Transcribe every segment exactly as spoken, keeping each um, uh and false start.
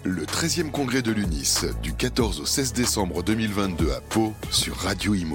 Le treizième congrès de l'U N I S, du quatorze au seize décembre deux mille vingt-deux à Pau, sur Radio Imo.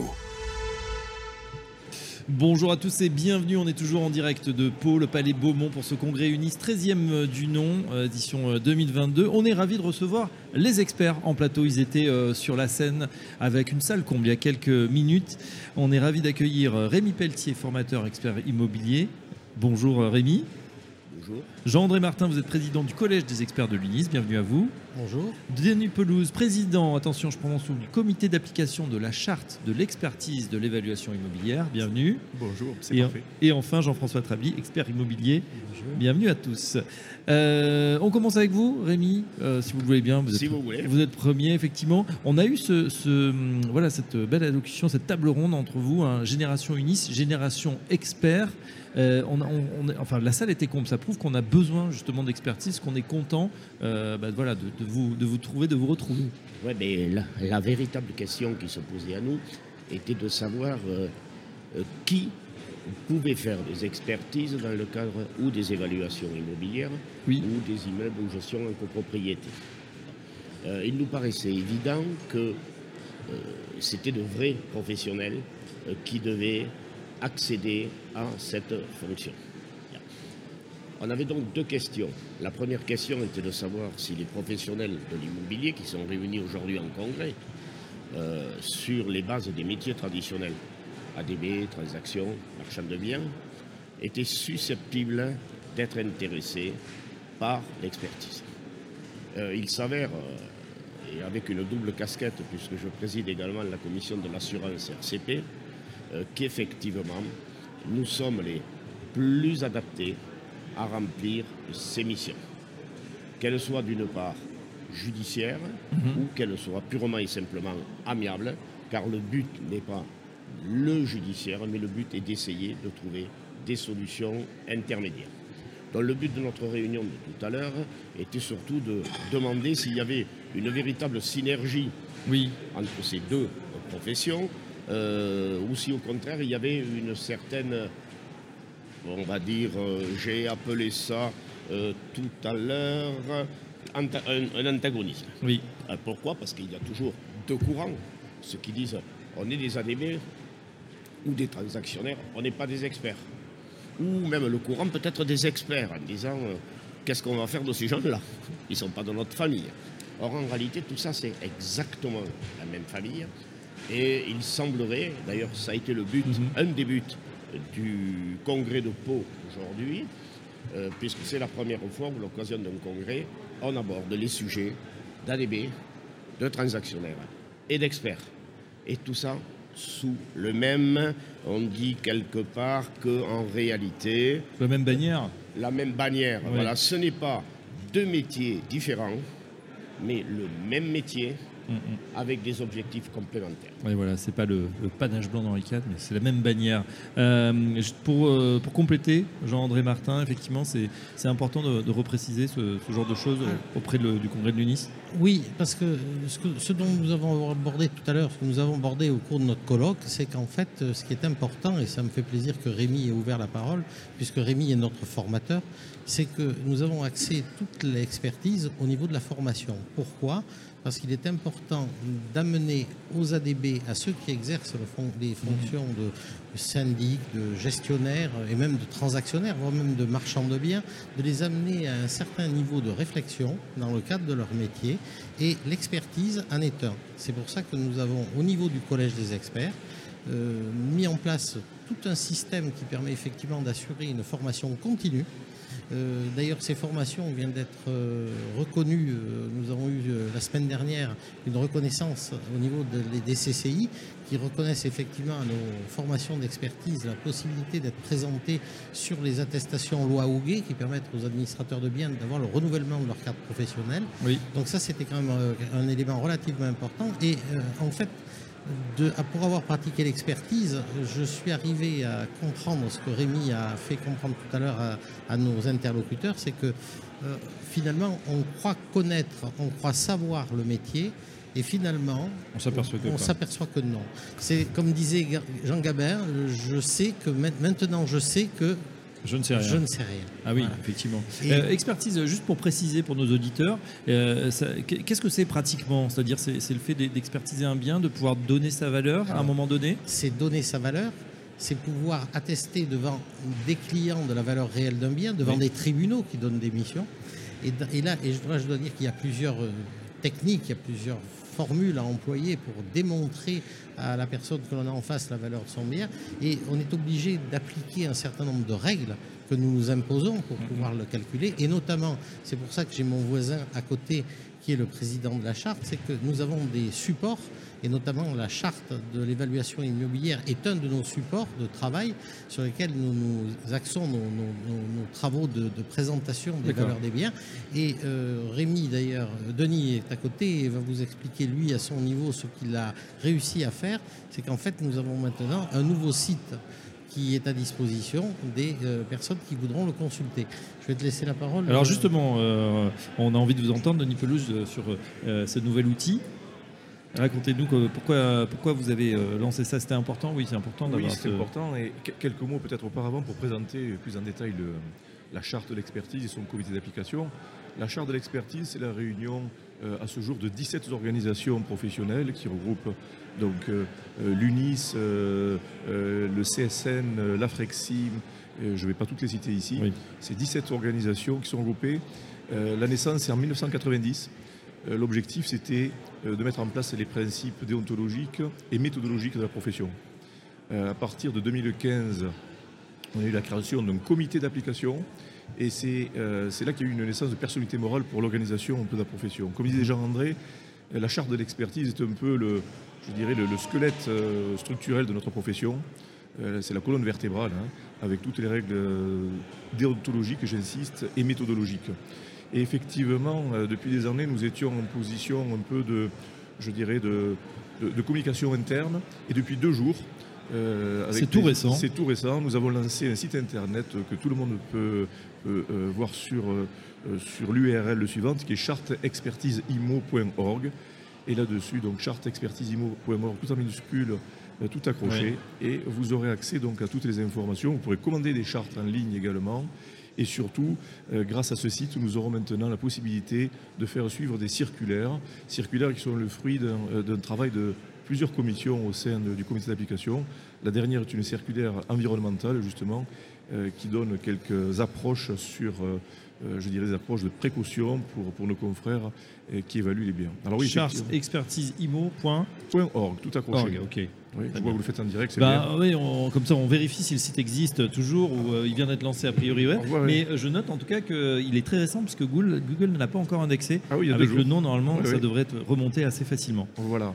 Bonjour à tous et bienvenue, on est toujours en direct de Pau, le Palais Beaumont pour ce congrès U N I S treizième du nom, édition deux mille vingt-deux. On est ravis de recevoir les experts en plateau, ils étaient euh, sur la scène avec une salle comble il y a quelques minutes. On est ravis d'accueillir Rémi Pelletier, formateur expert immobilier. Bonjour Rémi. Bonjour. Jean-André Martin, vous êtes président du Collège des experts de l'U N I S, bienvenue à vous. Bonjour. Denis Pelouse, président, attention je prononce, du comité d'application de la charte de l'expertise de l'évaluation immobilière, bienvenue. Bonjour, c'est et, parfait. Et enfin Jean-François Trabli, expert immobilier, Bonjour. Bienvenue à tous. Euh, on commence avec vous, Rémi, euh, si vous le voulez bien. Vous êtes, si vous voulez. Vous êtes premier, effectivement. On a eu ce, ce, voilà, cette belle allocution, cette table ronde entre vous, hein, Génération U N I S, Génération Expert. Euh, on, on, on, enfin, la salle était comble, ça prouve qu'on a besoin justement d'expertise, qu'on est content euh, bah, voilà, de, de, vous, de vous trouver, de vous retrouver. Ouais, mais la, la véritable question qui se posait à nous était de savoir euh, euh, qui pouvait faire des expertises dans le cadre ou des évaluations immobilières oui. ou des immeubles en gestion en copropriété. Euh, il nous paraissait évident que euh, c'était de vrais professionnels euh, qui devaient accéder à cette fonction. On avait donc deux questions. La première question était de savoir si les professionnels de l'immobilier qui sont réunis aujourd'hui en congrès euh, sur les bases des métiers traditionnels, A D B, transactions, marchand de biens, étaient susceptibles d'être intéressés par l'expertise. Euh, il s'avère, euh, et avec une double casquette, puisque je préside également la commission de l'assurance R C P, euh, qu'effectivement, nous sommes les plus adaptés à remplir ces missions. Qu'elles soient d'une part judiciaires mmh. ou qu'elles soient purement et simplement amiables, car le but n'est pas le judiciaire, mais le but est d'essayer de trouver des solutions intermédiaires. Donc le but de notre réunion de tout à l'heure était surtout de demander s'il y avait une véritable synergie oui. entre ces deux professions, euh, ou si au contraire il y avait une certaine, on va dire, euh, j'ai appelé ça euh, tout à l'heure, un, un antagonisme. Oui. Euh, pourquoi ? Parce qu'il y a toujours deux courants, ceux qui disent on est des A D B ou des transactionnaires, on n'est pas des experts. Ou même le courant peut être des experts en disant euh, qu'est-ce qu'on va faire de ces gens-là ? Ils ne sont pas de notre famille. Or en réalité tout ça c'est exactement la même famille et il semblerait, d'ailleurs ça a été le but, mm-hmm. un des buts du congrès de Pau aujourd'hui, euh, puisque c'est la première fois où, à l'occasion d'un congrès, on aborde les sujets d'A D B, de transactionnaires et d'experts. Et tout ça sous le même, on dit quelque part qu'en réalité... La même bannière. La même bannière, oui. Voilà. Ce n'est pas deux métiers différents, mais le même métier, mm-hmm. avec des objectifs complémentaires. Oui, voilà, c'est pas le, le panache blanc d'Henri quatre, mais c'est la même bannière. Euh, pour, euh, pour compléter, Jean-André Martin, effectivement, c'est, c'est important de, de repréciser ce, ce genre de choses auprès de le, du congrès de l'U N I S. Oui, parce que ce, que ce dont nous avons abordé tout à l'heure, ce que nous avons abordé au cours de notre colloque, c'est qu'en fait, ce qui est important, et ça me fait plaisir que Rémi ait ouvert la parole, puisque Rémi est notre formateur, c'est que nous avons axé toute l'expertise au niveau de la formation. Pourquoi ? Parce qu'il est important d'amener aux A D B, à ceux qui exercent le fond, les fonctions de, de syndic, de gestionnaire et même de transactionnaire, voire même de marchand de biens, de les amener à un certain niveau de réflexion dans le cadre de leur métier. Et l'expertise en est un. C'est pour ça que nous avons, au niveau du Collège des experts, euh, mis en place tout un système qui permet effectivement d'assurer une formation continue. Euh, d'ailleurs, ces formations viennent d'être euh, reconnues. Euh, nous avons eu euh, la semaine dernière une reconnaissance au niveau de, des C C I qui reconnaissent effectivement à nos formations d'expertise la possibilité d'être présentées sur les attestations loi Houguet qui permettent aux administrateurs de biens d'avoir le renouvellement de leur carte professionnelle. Oui. Donc ça, c'était quand même euh, un élément relativement important. Et euh, en fait, De, pour avoir pratiqué l'expertise, je suis arrivé à comprendre ce que Rémi a fait comprendre tout à l'heure à, à nos interlocuteurs, c'est que euh, finalement on croit connaître, on croit savoir le métier et finalement on s'aperçoit que, on s'aperçoit que non. C'est comme disait Jean Gabin, je sais que maintenant je sais que Je ne sais rien. Je ne sais rien. Ah oui, Voilà. effectivement. Et- Euh, expertise, juste pour préciser pour nos auditeurs, euh, ça- qu'est-ce que c'est pratiquement? C'est-à-dire, c'est c'est le fait d'expertiser un bien, de pouvoir donner sa valeur à un moment donné? C'est donner sa valeur, c'est pouvoir attester devant des clients de la valeur réelle d'un bien, devant Oui. des tribunaux qui donnent des missions. Et, da- et là, et je, dois, je dois dire qu'il y a plusieurs euh, techniques, il y a plusieurs formules à employer pour démontrer à la personne que l'on a en face la valeur de son bien. Et on est obligé d'appliquer un certain nombre de règles que nous nous imposons pour pouvoir le calculer. Et notamment, c'est pour ça que j'ai mon voisin à côté qui est le président de la charte, c'est que nous avons des supports, et notamment la charte de l'évaluation immobilière est un de nos supports de travail sur lesquels nous, nous axons nos, nos- nos- nos travaux de, de présentation des D'accord. valeurs des biens. Et euh, Rémi, d'ailleurs, Denis est à côté et va vous expliquer, lui, à son niveau, ce qu'il a réussi à faire. C'est qu'en fait, nous avons maintenant un nouveau site qui est à disposition des euh, personnes qui voudront le consulter. Je vais te laisser la parole. Alors euh, justement, euh, on a envie de vous entendre, Denis Pelouse, euh, sur euh, ce nouvel outil. Racontez-nous que- pourquoi, pourquoi vous avez euh, lancé ça. C'était important? Oui, c'est important Oui, d'avoir c'est ce- important. Et que- quelques mots peut-être auparavant pour présenter plus en détail le- la charte de l'expertise et son comité d'application. La charte de l'expertise, c'est la réunion euh, à ce jour de dix-sept organisations professionnelles qui regroupent donc euh, euh, l'UNIS, euh, euh, le C S N, euh, l'Afrexim, euh, je ne vais pas toutes les citer ici. Oui. C'est dix-sept organisations qui sont regroupées. Euh, la naissance, c'est en mille neuf cent quatre-vingt-dix. Euh, L'objectif, c'était euh, de mettre en place les principes déontologiques et méthodologiques de la profession. Euh, à partir de deux mille quinze, on a eu la création d'un comité d'application et c'est euh, c'est là qu'il y a eu une naissance de personnalité morale pour l'organisation un peu de la profession. Comme disait Jean-André, euh, la charte de l'expertise est un peu le, je dirais, le, le squelette euh, structurel de notre profession. Euh, c'est la colonne vertébrale, hein, avec toutes les règles euh, déontologiques, j'insiste, et méthodologiques. Et effectivement, euh, depuis des années, nous étions en position un peu de, je dirais, de, de, de communication interne. Et depuis deux jours, euh, avec C'est tout des- récent. C'est tout récent. Nous avons lancé un site internet que tout le monde peut, peut, euh, voir sur, euh, sur l'U R L suivante, qui est charte expertise imo point org. Et là-dessus, donc charte expertise imo point org, tout en minuscule, euh, tout accroché. Et vous aurez accès donc à toutes les informations. Vous pourrez commander des chartes en ligne également. Et surtout, euh, grâce à ce site, nous aurons maintenant la possibilité de faire suivre des circulaires, circulaires qui sont le fruit d'un euh, d'un travail de plusieurs commissions au sein de- du comité d'application. La dernière est une circulaire environnementale, justement, euh, qui donne quelques approches sur, euh, euh, je dirais, des approches de précaution pour, pour nos confrères euh, qui évaluent les biens. Alors oui, Charte effectivement. expertise imo point Point .org, tout accroché. org. Ok. Oui, je Très vois bien. que vous le faites en direct, c'est Bah, bien. oui, on- comme ça, on vérifie si le site existe toujours ou euh, il vient d'être lancé a priori. Ouais. Ouais, ouais. Mais euh, je note en tout cas qu'il est très récent puisque Google, Google ne l'a pas encore indexé. Ah oui, il y a Avec deux le jours. nom, normalement, Ouais, ça ouais. devrait être remonter assez facilement. Voilà.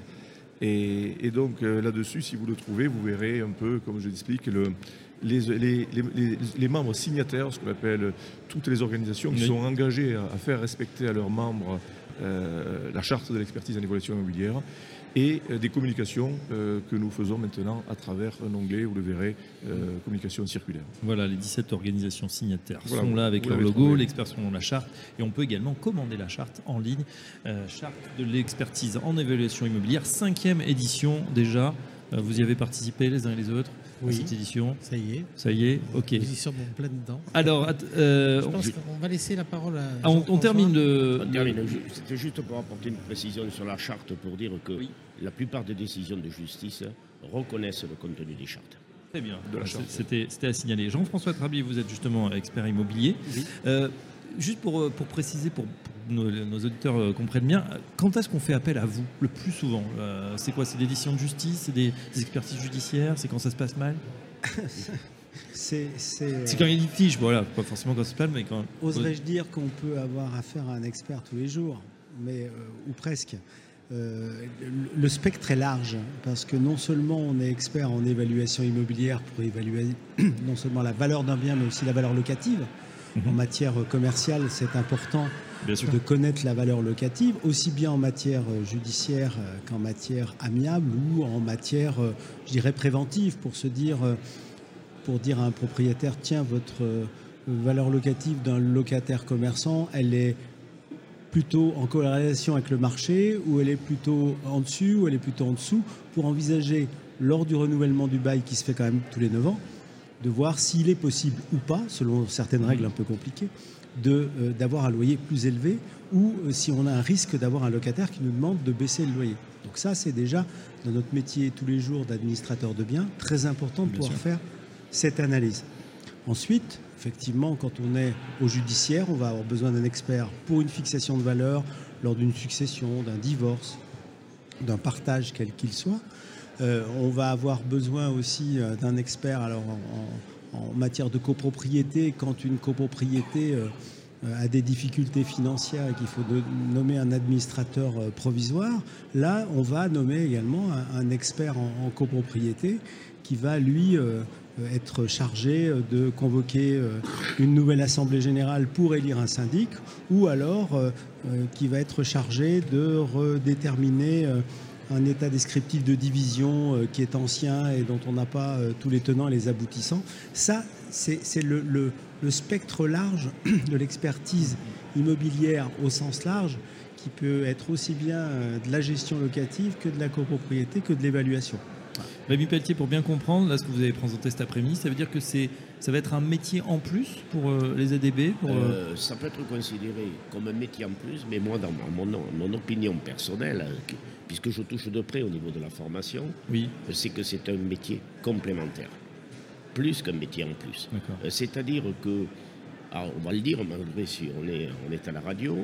Et, et donc euh, là-dessus, si vous le trouvez, vous verrez un peu, comme je l'explique, le, les, les, les, les- les membres signataires, ce qu'on appelle toutes les organisations qui Oui. sont engagées à, à faire respecter à leurs membres euh, la charte de l'expertise en évaluation immobilière et euh, des communications euh, que nous faisons maintenant à travers un onglet, vous le verrez, euh, communication circulaire. Voilà, les dix-sept organisations signataires Voilà, sont là avec vous leur l'avez logo, trouvé. l'expert selon la charte, et on peut également commander la charte en ligne. Euh, charte de l'expertise en évaluation immobilière, cinquième édition déjà. Euh, vous y avez participé les uns et les autres à Oui. cette édition. Ça y est. Ça y est, ok. Nous y sommes en plein dedans. Alors, att- euh, Je pense on- qu'on va laisser la parole à. ah, on, on Jean-François. termine le. On termine. Ju- C'était juste pour apporter une précision sur la charte pour dire que la plupart des décisions de justice reconnaissent le contenu des chartes. Très bien, De la C'est- charte. c'était c'était à signaler. Jean-François Trabier, vous êtes justement expert immobilier. Euh, juste pour, euh, pour préciser, pour, pour nos, nos auditeurs euh, comprennent bien, euh, quand est-ce qu'on fait appel à vous le plus souvent? Euh, C'est quoi? C'est des décisions de justice? C'est des, des expertises judiciaires? C'est quand ça se passe mal? C'est, c'est, C'est quand il y a litige, voilà, pas forcément quand ça se passe mal, mais quand. oserais-je dire qu'on peut avoir affaire à un expert tous les jours, mais euh, ou presque. Euh, le, le spectre est large parce que non seulement on est expert en évaluation immobilière pour évaluer non seulement la valeur d'un bien, mais aussi la valeur locative. Mhm. En matière commerciale, c'est important Bien sûr. de connaître la valeur locative, aussi bien en matière euh, judiciaire euh, qu'en matière amiable ou en matière, euh, je dirais, préventive, pour se dire, euh, pour dire à un propriétaire, tiens, votre euh, valeur locative d'un locataire commerçant, elle est plutôt en corrélation avec le marché, ou elle est plutôt en dessus, ou elle est plutôt en dessous, pour envisager, lors du renouvellement du bail qui se fait quand même tous les neuf ans, de voir s'il est possible ou pas, selon certaines règles un peu compliquées, de, euh, d'avoir un loyer plus élevé ou euh, si on a un risque d'avoir un locataire qui nous demande de baisser le loyer. Donc ça, c'est déjà, dans notre métier tous les jours d'administrateur de biens, très important de Bien pouvoir sûr. faire cette analyse. Ensuite, effectivement, quand on est au judiciaire, on va avoir besoin d'un expert pour une fixation de valeur lors d'une succession, d'un divorce, d'un partage quel qu'il soit. Euh, on va avoir besoin aussi euh, d'un expert alors, en, en- en matière de copropriété, quand une copropriété euh, euh, a des difficultés financières et qu'il faut de- nommer un administrateur euh, provisoire. Là, on va nommer également un, un expert en, en copropriété qui va, lui, euh, être chargé de convoquer euh, une nouvelle assemblée générale pour élire un syndic, ou alors euh, euh, qui va être chargé de redéterminer euh, un état descriptif de division euh, qui est ancien et dont on n'a pas euh, tous les tenants et les aboutissants. Ça, c'est c'est le, le- le spectre large de l'expertise immobilière au sens large, qui peut être aussi bien euh, de la gestion locative que de la copropriété, que de l'évaluation. Rémi Pelletier, pour bien comprendre, là, ce que vous avez présenté cet après-midi, ça veut dire que c'est, ça va être un métier en plus pour euh, les A D B pour, euh, Euh, ça peut être considéré comme un métier en plus, mais moi, dans mon, mon, mon opinion personnelle, euh, que- puisque je touche de près au niveau de la formation, Oui, c'est que c'est un métier complémentaire, plus qu'un métier en plus. d'accord. Euh, C'est-à-dire que, alors, on va le dire, malgré si on est, on est à la radio,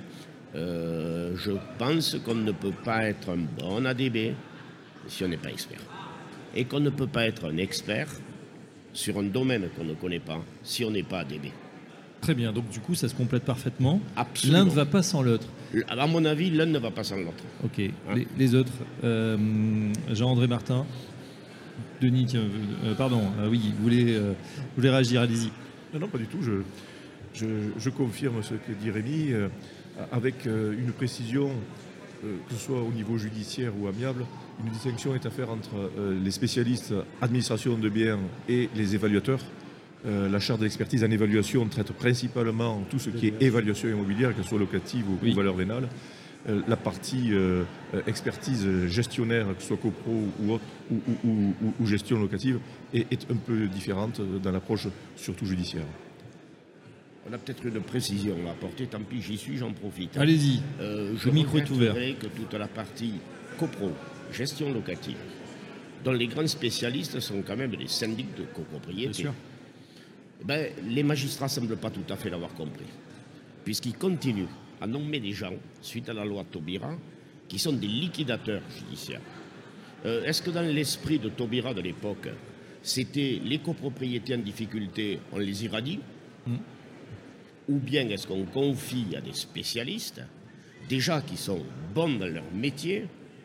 euh, je pense qu'on ne peut pas être un bon A D B si on n'est pas expert. Et qu'on ne peut pas être un expert sur un domaine qu'on ne connaît pas si on n'est pas A D B. Très bien, donc du coup, ça se complète parfaitement. Absolument. L'un ne va pas sans l'autre. À mon avis, l'un ne va pas sans l'autre. Ok, Hein les, les autres. euh, Jean-André Martin. Denis, tiens, euh, pardon, euh, oui, vous voulez, euh, vous voulez réagir, allez-y. Non, non, pas du tout. Je, je, je confirme ce que dit Rémi, euh, avec euh, une précision, euh, que ce soit au niveau judiciaire ou amiable, une distinction est à faire entre euh, les spécialistes administration de biens et les évaluateurs. Euh, la charte d'expertise en évaluation traite principalement tout ce qui est évaluation immobilière, qu'elle soit locative ou, Oui. ou valeur vénale. Euh, la partie euh, euh, expertise gestionnaire, que ce soit copro ou, autre, ou, ou- ou- ou- ou gestion locative, est, est un peu différente dans l'approche surtout judiciaire. On a peut-être une précision à apporter, tant pis, j'y suis, j'en profite. Allez-y. Euh, je Le micro est regretterais que toute la partie copro, gestion locative, dont les grands spécialistes sont quand même les syndics de copropriété. Bien sûr. Eh ben, les magistrats ne semblent pas tout à fait l'avoir compris, puisqu'ils continuent à nommer des gens, suite à la loi Taubira, qui sont des liquidateurs judiciaires. Euh, Est-ce que dans l'esprit de Taubira de l'époque, c'était les copropriétés en difficulté, on les irradie, Mm. ou bien est-ce qu'on confie à des spécialistes, déjà qui sont bons dans leur métier,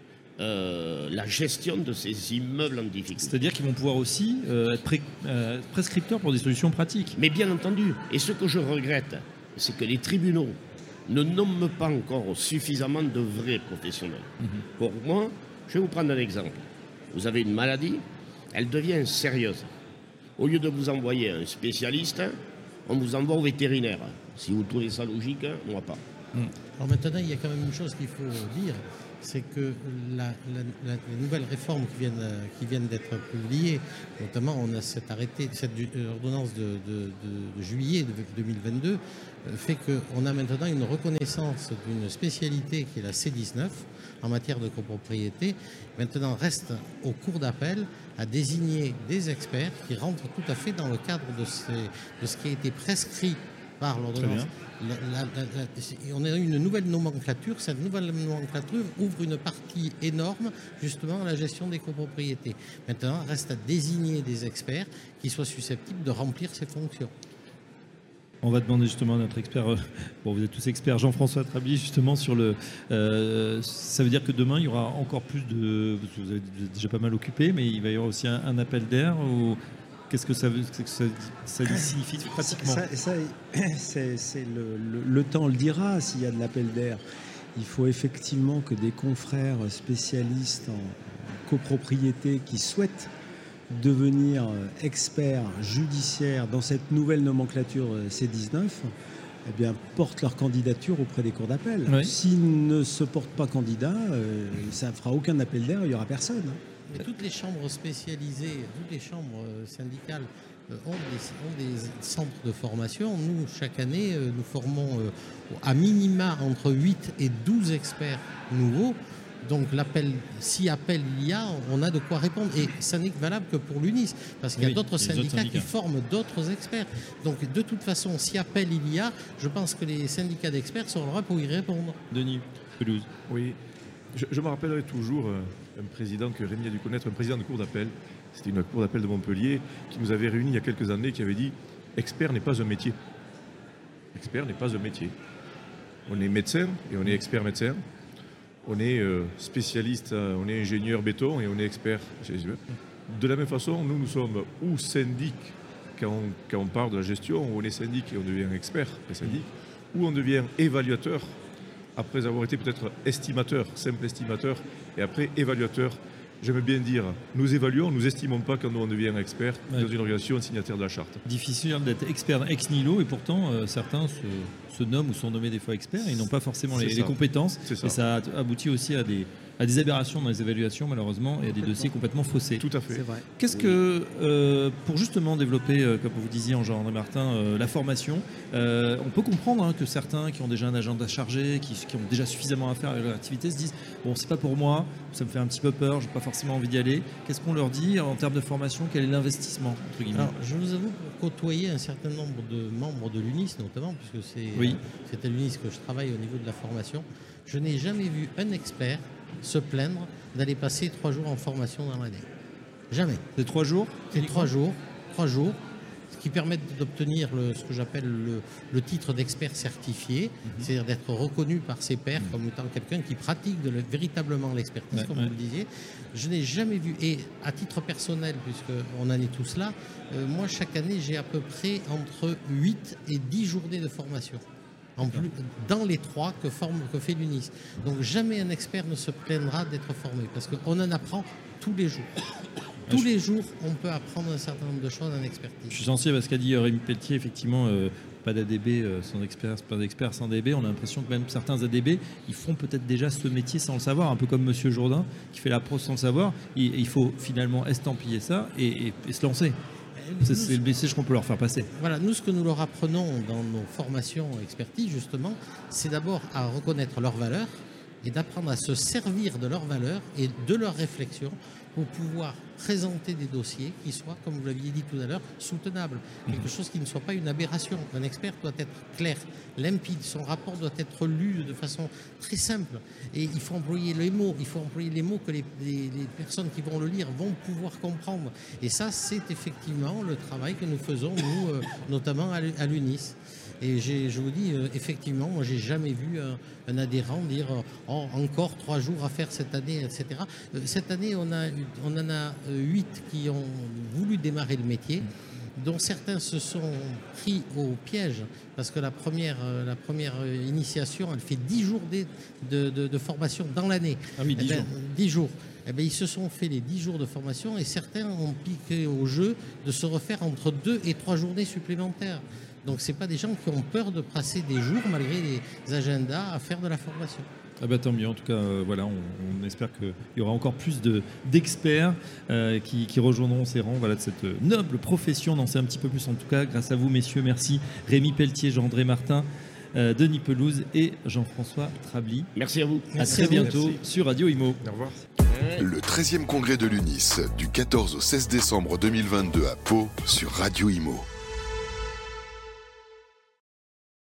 euh, la gestion de ces immeubles en difficulté? C'est-à-dire qu'ils vont pouvoir aussi euh, être pré- euh, prescripteurs pour des solutions pratiques. Mais bien entendu, et ce que je regrette, c'est que les tribunaux ne nomment pas encore suffisamment de vrais professionnels. Pour moi, je vais vous prendre un exemple. Vous avez une maladie, elle devient sérieuse. Au lieu de vous envoyer un spécialiste, on vous envoie au vétérinaire. Si vous trouvez ça logique, moi pas. Alors maintenant, il y a quand même une chose qu'il faut dire, c'est que la, la- la- les nouvelles réformes qui viennent, euh, qui viennent d'être publiées, notamment on a cet arrêté, cette du- euh, ordonnance de, de- de- de juillet de deux mille vingt-deux, euh, fait qu'on a maintenant une reconnaissance d'une spécialité qui est la C dix-neuf en matière de copropriété. Maintenant, reste au cours d'appel à désigner des experts qui rentrent tout à fait dans le cadre de, ces- de ce qui a été prescrit par l'ordonnance. La- la- la- la- c'est- on a une nouvelle nomenclature. Cette nouvelle nomenclature ouvre une partie énorme justement à la gestion des copropriétés. Maintenant, reste à désigner des experts qui soient susceptibles de remplir ces fonctions. On va demander justement à notre expert, euh, bon vous êtes tous experts, Jean-François Trabli, justement sur le... euh, ça veut dire que demain il y aura encore plus de... Parce que vous êtes déjà pas mal occupé, mais il va y avoir aussi un, un appel d'air ou... Qu'est-ce que ça, veut, que ça, ça signifie pratiquement? Ça, ça, c'est, c'est le, le- le temps le dira s'il y a de l'appel d'air. Il faut effectivement que des confrères spécialistes en, en copropriété qui souhaitent devenir experts judiciaires dans cette nouvelle nomenclature C dix-neuf, eh bien, portent leur candidature auprès des cours d'appel. Oui. S'ils ne se portent pas candidats, euh, ça ne fera aucun appel d'air, il n'y aura personne. Mais toutes les chambres spécialisées, toutes les chambres euh, syndicales euh, ont, des, ont des centres de formation. Nous, chaque année, euh, nous formons euh, à minima entre huit et douze experts nouveaux. Donc l'appel, si appel il y a, on a de quoi répondre. Et ça n'est valable que pour l'UNIS, parce qu'il y a Oui, d'autres il y a syndicats, d'autres syndicats qui forment d'autres experts. Donc de toute façon, si appel il y a, je pense que les syndicats d'experts seront là pour y répondre. Denis Pelouse. Oui, je, je me rappellerai toujours euh, un président que Rémi a dû connaître, un président de cour d'appel, c'était une cour d'appel de Montpellier, qui nous avait réunis il y a quelques années, qui avait dit « Expert n'est pas un métier ». Expert n'est pas un métier. On est médecin et on est expert médecin. On est euh, spécialiste, euh, on est ingénieur béton et on est expert. De la même façon, nous, nous sommes ou syndic quand on, quand on parle de la gestion, ou on est syndic et on devient expert et syndic, ou on devient évaluateur après avoir été peut-être estimateur, simple estimateur, et après évaluateur. J'aime bien dire, nous évaluons, nous estimons pas quand on devient expert ouais. dans une organisation signataire de la charte. Difficile d'être expert ex nihilo et pourtant euh, certains se, se nomment ou sont nommés des fois experts et ils n'ont pas forcément les, les compétences. Ça. Et ça aboutit aussi à des, à des aberrations dans les évaluations malheureusement et à des dossiers complètement faussés. Tout à fait. C'est vrai. Qu'est-ce oui. que, euh, pour justement développer, euh, comme vous disiez Jean-André Martin, euh, la formation, euh, on peut comprendre hein, que certains qui ont déjà un agenda chargé, qui, qui ont déjà suffisamment à faire avec leur activité se disent bon c'est pas pour moi, ça me fait un petit peu peur, j'ai pas forcément envie d'y aller. Qu'est-ce qu'on leur dit en termes de formation? Quel est l'investissement entre guillemets? Alors, je vous avoue, pour côtoyer un certain nombre de membres de l'UNIS notamment, puisque c'est, oui. c'est à l'UNIS que je travaille au niveau de la formation, je n'ai jamais vu un expert se plaindre d'aller passer trois jours en formation dans l'année. Jamais. C'est trois jours? C'est trois jours, trois jours, ce qui permet d'obtenir le, ce que j'appelle le, le titre d'expert certifié, mm-hmm. c'est-à-dire d'être reconnu par ses pairs mm-hmm. comme étant quelqu'un qui pratique de le, véritablement l'expertise, ouais, comme ouais. vous le disiez. Je n'ai jamais vu, et à titre personnel, puisqu'on en est tous là, euh, moi chaque année j'ai à peu près entre huit et dix journées de formation. En plus, dans les trois que, forme, que fait l'UNIS. Donc jamais un expert ne se plaindra d'être formé, parce qu'on en apprend tous les jours. Tous les jours, on peut apprendre un certain nombre de choses en expertise. Je suis sensible à ce qu'a dit Rémi Pelletier, effectivement, euh, pas d'A D B euh, sans expert, pas d'expert sans A D B. On a l'impression que même certains A D B, ils font peut-être déjà ce métier sans le savoir, un peu comme Monsieur Jourdain, qui fait la prose sans le savoir. Il, il faut finalement estampiller ça et, et, et se lancer. C'est, c'est le message qu'on peut leur faire passer. Voilà, nous, ce que nous leur apprenons dans nos formations expertise, justement, c'est d'abord à reconnaître leurs valeurs et d'apprendre à se servir de leurs valeurs et de leurs réflexions pour pouvoir présenter des dossiers qui soient, comme vous l'aviez dit tout à l'heure, soutenables. Quelque chose qui ne soit pas une aberration. Un expert doit être clair, limpide. Son rapport doit être lu de façon très simple. Et il faut employer les mots. Il faut employer les mots que les, les, les personnes qui vont le lire vont pouvoir comprendre. Et ça, c'est effectivement le travail que nous faisons, nous, euh, notamment à l'UNIS. Et j'ai, je vous dis, euh, effectivement, moi, j'ai jamais vu euh, un adhérent dire oh, encore trois jours à faire cette année, et cetera. Euh, cette année, on, a, on en a huit qui ont voulu démarrer le métier, dont certains se sont pris au piège, parce que la première, euh, la première initiation, elle fait dix jours de, de, de, de formation dans l'année. Ah oui, dix eh ben, jours. dix jours. Eh bien, ils se sont fait les dix jours de formation et certains ont piqué au jeu de se refaire entre deux et trois journées supplémentaires. Donc, ce n'est pas des gens qui ont peur de passer des jours, malgré les agendas, à faire de la formation. Ah bah tant mieux, en tout cas, euh, voilà, on, on espère qu'il y aura encore plus de, d'experts euh, qui, qui rejoindront ces rangs voilà, de cette noble profession. On en sait un petit peu plus, en tout cas, grâce à vous, messieurs. Merci Rémi Pelletier, Jean-André Martin, euh, Denis Pelouse et Jean-François Trabli. Merci à vous. À Merci très à vous. bientôt Merci. sur Radio Imo. Au revoir. Le treizième congrès de l'UNIS, du quatorze au seize décembre deux mille vingt-deux à Pau, sur Radio Imo.